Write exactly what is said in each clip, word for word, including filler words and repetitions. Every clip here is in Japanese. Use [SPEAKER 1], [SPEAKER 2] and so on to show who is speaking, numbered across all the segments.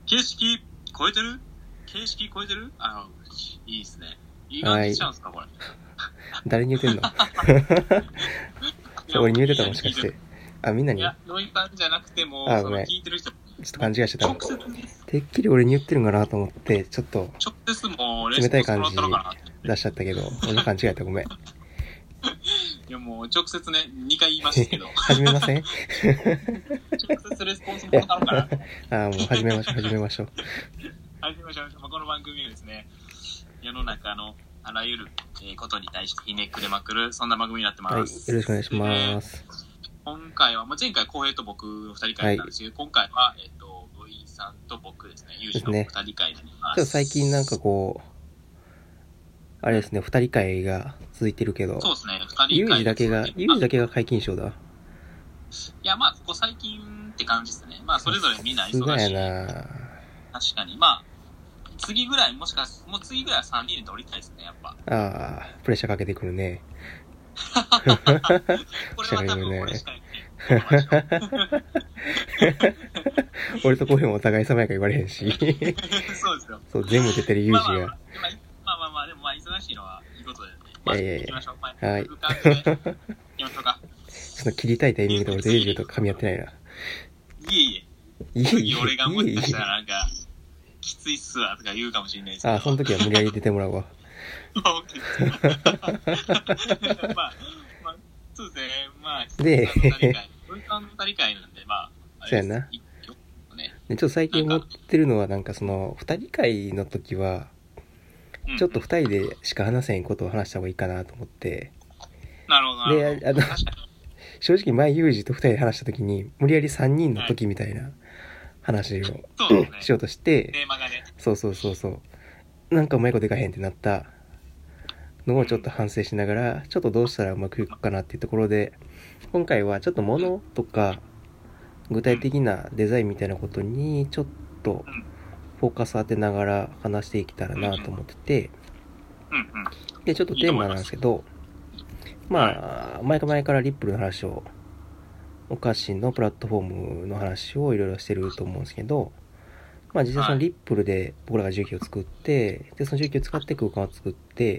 [SPEAKER 1] 形式超えてる形式超えてるあの、いいですね。いい感じしちゃうんすか、これ。
[SPEAKER 2] 誰に言ってんのそう、俺に言ってたもしかして。あ、みんなに。
[SPEAKER 1] いや、ノイさんじゃなくても、
[SPEAKER 2] あ、
[SPEAKER 1] その
[SPEAKER 2] ごめん。
[SPEAKER 1] 聞いてる人。
[SPEAKER 2] ちょっと勘違いしてた。
[SPEAKER 1] 直接
[SPEAKER 2] てっきり俺に言ってるんかなと思って、ちょっと
[SPEAKER 1] 直接も
[SPEAKER 2] 冷たい感じ出しちゃったけど、俺の勘違いだ、ごめん。
[SPEAKER 1] いやもう直接ね、にかい言いましたけど。
[SPEAKER 2] 始めません
[SPEAKER 1] 直接レスポンスもらおうかな。
[SPEAKER 2] ああ、もう始めましょう、始めましょう。
[SPEAKER 1] 始めましょう。この番組はですね、世の中のあらゆることに対してひねくれまくる、そんな番組になってます。
[SPEAKER 2] はい、よろしくお願いします。
[SPEAKER 1] 今回は、まあ、前回浩平と僕のふたり会なんですけど、はい、今回は、えっと、土井さんと僕ですね、ユージのふたり会になります。
[SPEAKER 2] ちょっと最近なんかこう、あれですね、ふたり会が続いてるけど、
[SPEAKER 1] そうですね、ふたり会。
[SPEAKER 2] ユージだけが、ユージだけが解禁賞だ。
[SPEAKER 1] いや、まあ、ここ最近って感じですね。まあ、それぞれみんな忙しい。
[SPEAKER 2] やな
[SPEAKER 1] 確かに。まあ、次ぐらい、もしかし、もう次ぐらいはさんにんで撮りたいですね、やっぱ。
[SPEAKER 2] ああ、プレッシャーかけてくるね。
[SPEAKER 1] これは多分俺しか言ってない。
[SPEAKER 2] 俺とコーヒーもお互い様やから言われへんし。
[SPEAKER 1] そうですよ。
[SPEAKER 2] そう、全部出てるユージが。
[SPEAKER 1] まあまあまあ、まあまあ、でもまあ、忙しいのはいいことだよね。まあ、
[SPEAKER 2] いやいやいや
[SPEAKER 1] 行きましょう。ま
[SPEAKER 2] あ、はい。
[SPEAKER 1] 行きましょうか。
[SPEAKER 2] その切りたいタイミングで俺とユージと噛み合ってないな。
[SPEAKER 1] いえいえ。
[SPEAKER 2] いえいえ。
[SPEAKER 1] 次俺がもしかしたらなんか、きついっすわとか言うかもしれないですけど。
[SPEAKER 2] ああ、その時は無理やり出てもらうわ。
[SPEAKER 1] まあ、まあ、そうですね。まあ、
[SPEAKER 2] で、
[SPEAKER 1] 土井さんのふたり会なんで、まあ、
[SPEAKER 2] そうやな。ね、ちょっと最近思ってるのは、なんかその、二人会の時は、ちょっと二人でしか話せんことを話した方がいいかなと思って。
[SPEAKER 1] なるほど、なるほど。
[SPEAKER 2] で、あの、正直前ユージと二人で話した時に、無理やり三人の時みたいな話を、はい、しようとして、
[SPEAKER 1] テーマがね。
[SPEAKER 2] そうそうそうそう。なんかうまいこといかへんってなったのをちょっと反省しながら、ちょっとどうしたらうまくいくかなっていうところで、今回はちょっと物とか、具体的なデザインみたいなことにちょっとフォーカス当てながら話していけたらなと思ってて、でちょっとテーマなんですけど、まあ前から前からリップルの話を、お菓子のプラットフォームの話をいろいろしてると思うんですけど、まあ実際そのリップルで僕らが重機を作って、でその重機を使って空間を作って、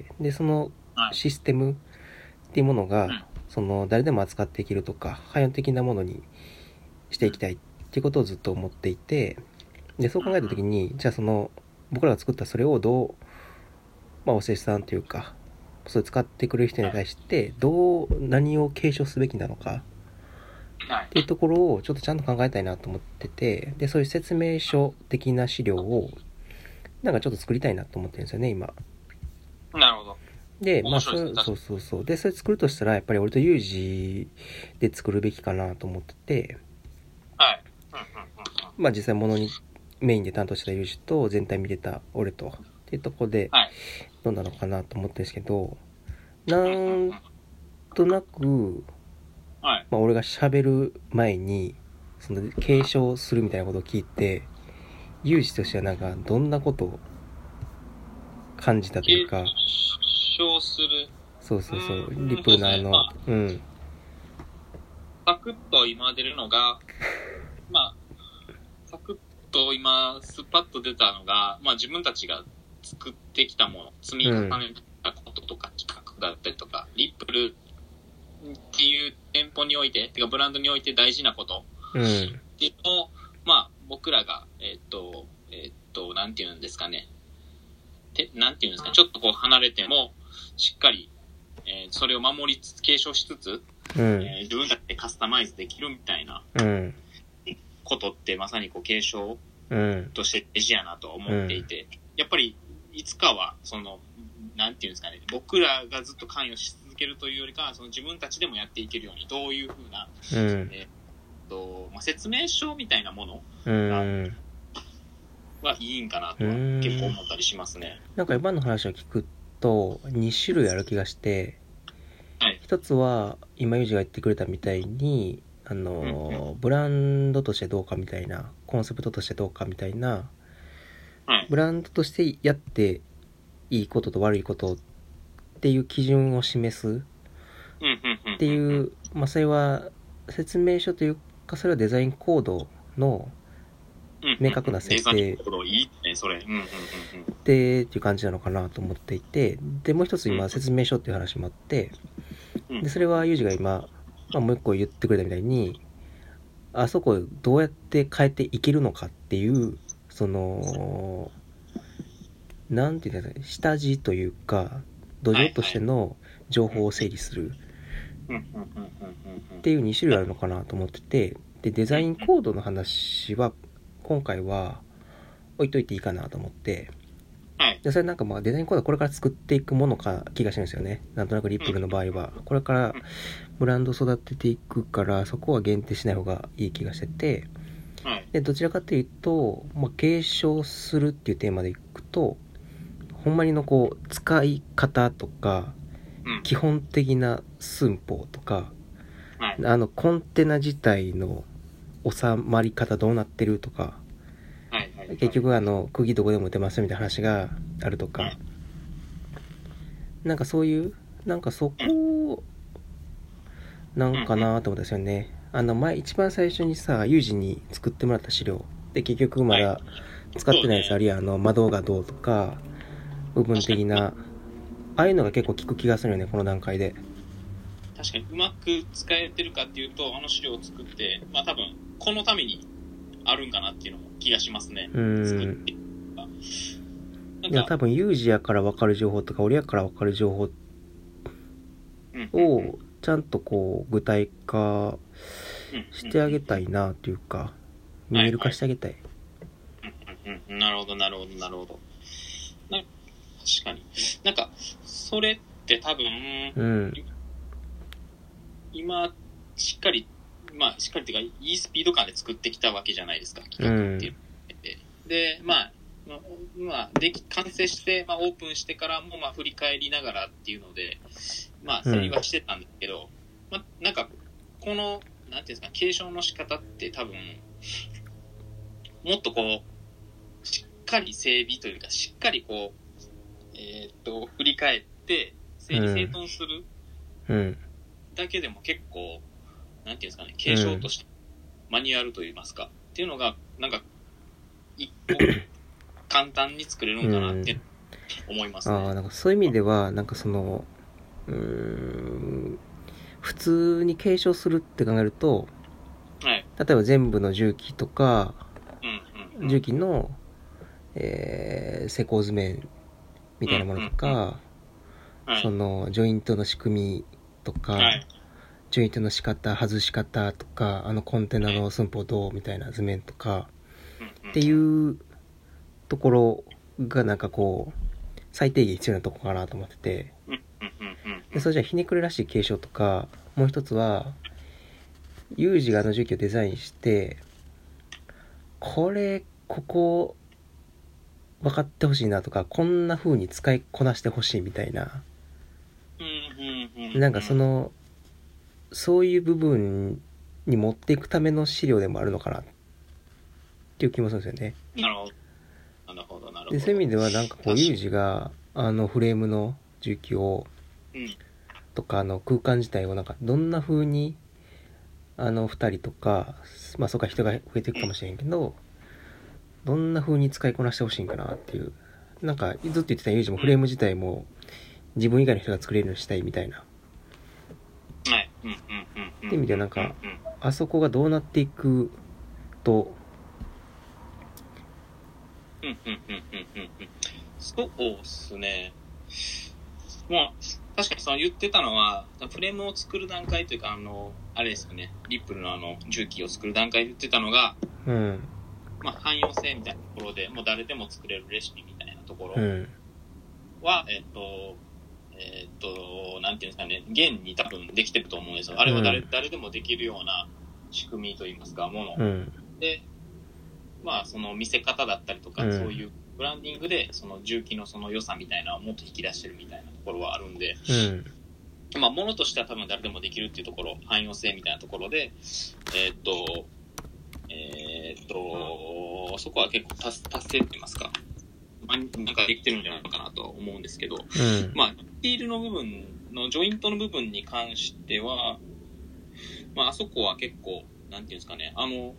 [SPEAKER 2] でそのシステムっていうものがその誰でも扱っていけるとか汎用的なものにしていきたいっていうことをずっと思っていて、でそう考えた時に、じゃあその僕らが作ったそれをどう、まあお施主さんというかそれ使ってくれる人に対してどう何を継承すべきなのかっていうところをちょっとちゃんと考えたいなと思ってて、でそういう説明書的な資料をなんかちょっと作りたいなと思ってるんですよね今。
[SPEAKER 1] なるほど。
[SPEAKER 2] で、まあそそうそうそうでそれ作るとしたらやっぱり俺とユージで作るべきかなと思ってて、
[SPEAKER 1] はい。
[SPEAKER 2] まあ実際物にメインで担当したユージと全体見てた俺とっていうところでどうなのかなと思ってるんですけど、なんとなく、
[SPEAKER 1] はい、
[SPEAKER 2] まあ俺が喋る前にその継承するみたいなことを聞いて、ユージとしてはなんかどんなことを感じたというか。
[SPEAKER 1] 継承する。
[SPEAKER 2] そうそうそう。リップルのあの、まあ、うん。
[SPEAKER 1] サクッと今出るのが、まあサクッと今スパッと出たのが、まあ自分たちが作ってきたもの、積み重ねたこととか企画だったりとか、うん、リップルっていう店舗において、てかブランドにおいて大事なこと、
[SPEAKER 2] うん、って
[SPEAKER 1] いうのを、まあ僕らが、えー、っと、えー、っと、なんていうんですかね、てなんていうんですかね、ちょっとこう離れても、しっかり、えー、それを守りつつ、継承しつつ、うん、えー、自分たちでカスタマイズできるみたいな、うんことってまさにこう継承として大事やなと思っていて、うん、やっぱりいつかはそのなんていうんですかね、僕らがずっと関与し続けるというよりかはその自分たちでもやっていけるようにどういうふうな、うんえーとまあ、説明書みたいなものが、うん、はいいんかなとは結構思ったりしますね。
[SPEAKER 2] なんか今の話を聞くとに種類ある気がして、はい、一つは今ユージが言ってくれたみたいにあの、うんうん、ブランドとしてどうかみたいな、コンセプトとしてどうかみたいな、うん、ブランドとしてやっていいことと悪いことっていう基準を示すっていう、まあそれは説明書というかそれはデザインコードの明確な設定
[SPEAKER 1] デザインコードいいね、それ。うんうんうんうん。
[SPEAKER 2] でっていう感じなのかなと思っていて、でもう一つ今説明書っていう話もあって、でそれはユージが今、まあ、もう一個言ってくれたみたいに、あそこをどうやって変えていけるのかっていうそのなんていうんですかね、下地というか土壌としての情報を整理するっていうに種類あるのかなと思ってて、でデザインコードの話は今回は置いといていいかなと思って、でそれなんかまあデザインコードはこれから作っていくものか気がしてるんですよね。なんとなくリップルの場合はこれからブランドを育てていくから、そこは限定しない方がいい気がしてて、でどちらかというと、まあ、継承するっていうテーマでいくと、ほんまにのこう使い方とか、基本的な寸法とか、あのコンテナ自体の収まり方どうなってるとか、結局あの釘どこでも打てますみたいな話があるとか、なんかそういうなんかそこなんかなと思ったんですよね。あの前一番最初にさ、ユージに作ってもらった資料で結局まだ使ってないやつあるいはあの窓がどうとか部分的な、ああいうのが結構効く気がするよね、この段階で。
[SPEAKER 1] 確かにうまく使えてるかっていうと、あの資料を作って、まあ多分このためにあるんかなっていうのも気がしますね。
[SPEAKER 2] うーん。いや多分ユージやから分かる情報とか俺やから分かる情報をちゃんとこう具体化してあげたいなっていうか、見える化してあげたい。
[SPEAKER 1] なるほどなるほどなるほど。な確かに。なんかそれって多分、うん、今しっかりまあしっかりっていうかいいスピード感で作ってきたわけじゃないですか、企画っていうので、うん、でまあまあでき完成して、まあ、オープンしてからもまあ振り返りながらっていうのでまあ整理はしてたんですけど、うん、まあなんかこのなんていうんですか継承の仕方って多分もっとこうしっかり整備というかしっかりこうえー、っと振り返って整理整頓するだけでも結構、なんていうんですかね、継承としてマニュアルといいますか、うん、っていうのがなんか一個簡単に作れるのかなって思いますね。
[SPEAKER 2] うん、あなんかそういう意味ではなんかそのうーん普通に継承するって考えると、はい、例えば全部の重機とか、うんうんうん、重機の、えー、施工図面みたいなものとか、うんうんうんはい、そのジョイントの仕組みとか、はい、ジョイントの仕方外し方とかあのコンテナの寸法どうみたいな図面とか、はい、っていうところがなんかこう最低限必要なところかなと思ってて、でそれじゃあひねくれらしい継承とか、もう一つはユージがあの重機をデザインしてこれここ分かってほしいなとか、こんな風に使いこなしてほしいみたいな、なんかそのそういう部分に持っていくための資料でもあるのかなっていう気もするんですよね。
[SPEAKER 1] なるほどなるほどなるほど。
[SPEAKER 2] でそういう意味ではなんかこうユージがあのフレームの重機を、うん、とかあの空間自体をなんかどんな風にあのふたりとかまあそうか人が増えていくかもしれんけど、どんな風に使いこなしてほしいんかなっていう、なんかずっと言ってたユージもフレーム自体も自分以外の人が作れるようにしたいみたいな、
[SPEAKER 1] はいうんうんうん
[SPEAKER 2] っていう意味ではなんかあそこがどうなっていくと
[SPEAKER 1] うんうんうんうんうんうんそうっすね。まあ確かにその言ってたのはフレームを作る段階というかあのあれですよね、リップルのあの重機を作る段階で言ってたのが、
[SPEAKER 2] うん
[SPEAKER 1] まあ汎用性みたいなところでもう誰でも作れるレシピみたいなところは、
[SPEAKER 2] うん、
[SPEAKER 1] えっとえっとなんていうんですかね、現に多分できてると思うんですよ。あれは 誰,、うん、誰でもできるような仕組みといいますかもの、
[SPEAKER 2] うん、で
[SPEAKER 1] まあその見せ方だったりとか、うん、そういうブランディングでその重機のその良さみたいなのをもっと引き出してるみたいなところはあるんで、うん、まあものとしては多分誰でもできるっていうところ、汎用性みたいなところでえー、っとえー、っとそこは結構達成って言いますか、まあ、なんかできてるんじゃないかなとは思うんですけど、うん、まあスティールの部分のジョイントの部分に関してはまああそこは結構なんていうんですかね、あの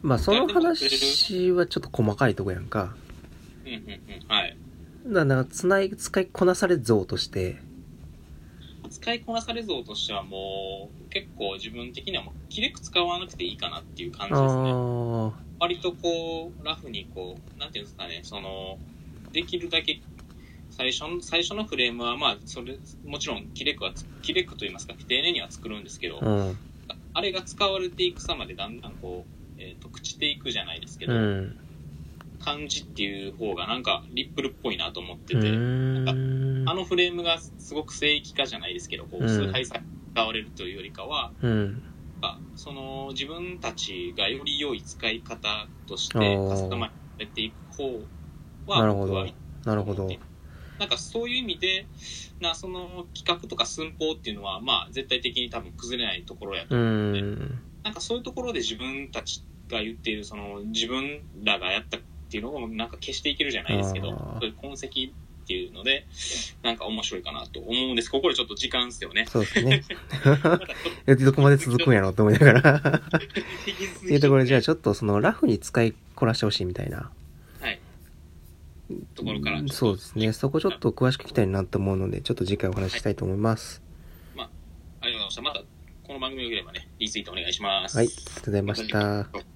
[SPEAKER 2] まあその話はちょっと細かいとこやんか。
[SPEAKER 1] うんうんうん。はい。
[SPEAKER 2] だからつない使いこなされ像として
[SPEAKER 1] 使いこなされ像としてはもう結構自分的にはもうキレク使わなくていいかなっていう感じですね。割とこうラフにこうなんていうんですかね、そのできるだけ最初の最初のフレームはまあそれもちろんキレクはキレクと言いますか丁寧には作るんですけど、うん、あれが使われていく様でだんだんこう、えー、と朽ちていくじゃないですけど、うん、感じっていう方がなんかリップルっぽいなと思ってて、なんかあのフレームがすごく聖域化じゃないですけど、こう崇拝さ使われるというよりかは、うん、その自分たちがより良い使い方としてカスタマイズされていく方は僕はいいと思って、なるほど。なんかそういう意味でなその企画とか寸法っていうのはまあ絶対的に多分崩れないところやと思うので、なんかそういうところで自分たちが言っているその自分らがやったっていうのをなんか消していけるじゃないですけど、そういう痕跡っていうのでなんか面白いかなと思うんです。ここでちょっと時間ですよね。
[SPEAKER 2] そうですね。どこまで続くんやろうと思いながらっていうところでじゃあちょっとそのラフに使いこなしてほしいみたいな。
[SPEAKER 1] ところから
[SPEAKER 2] そうですね。そこちょっと詳しく聞きたいなと思うので、ちょっと次回お話ししたいと思います。
[SPEAKER 1] はい、まあ、ありがとうございました。また、この番組が良ければね、リツイートお願いします。
[SPEAKER 2] はい、ありがとうございました。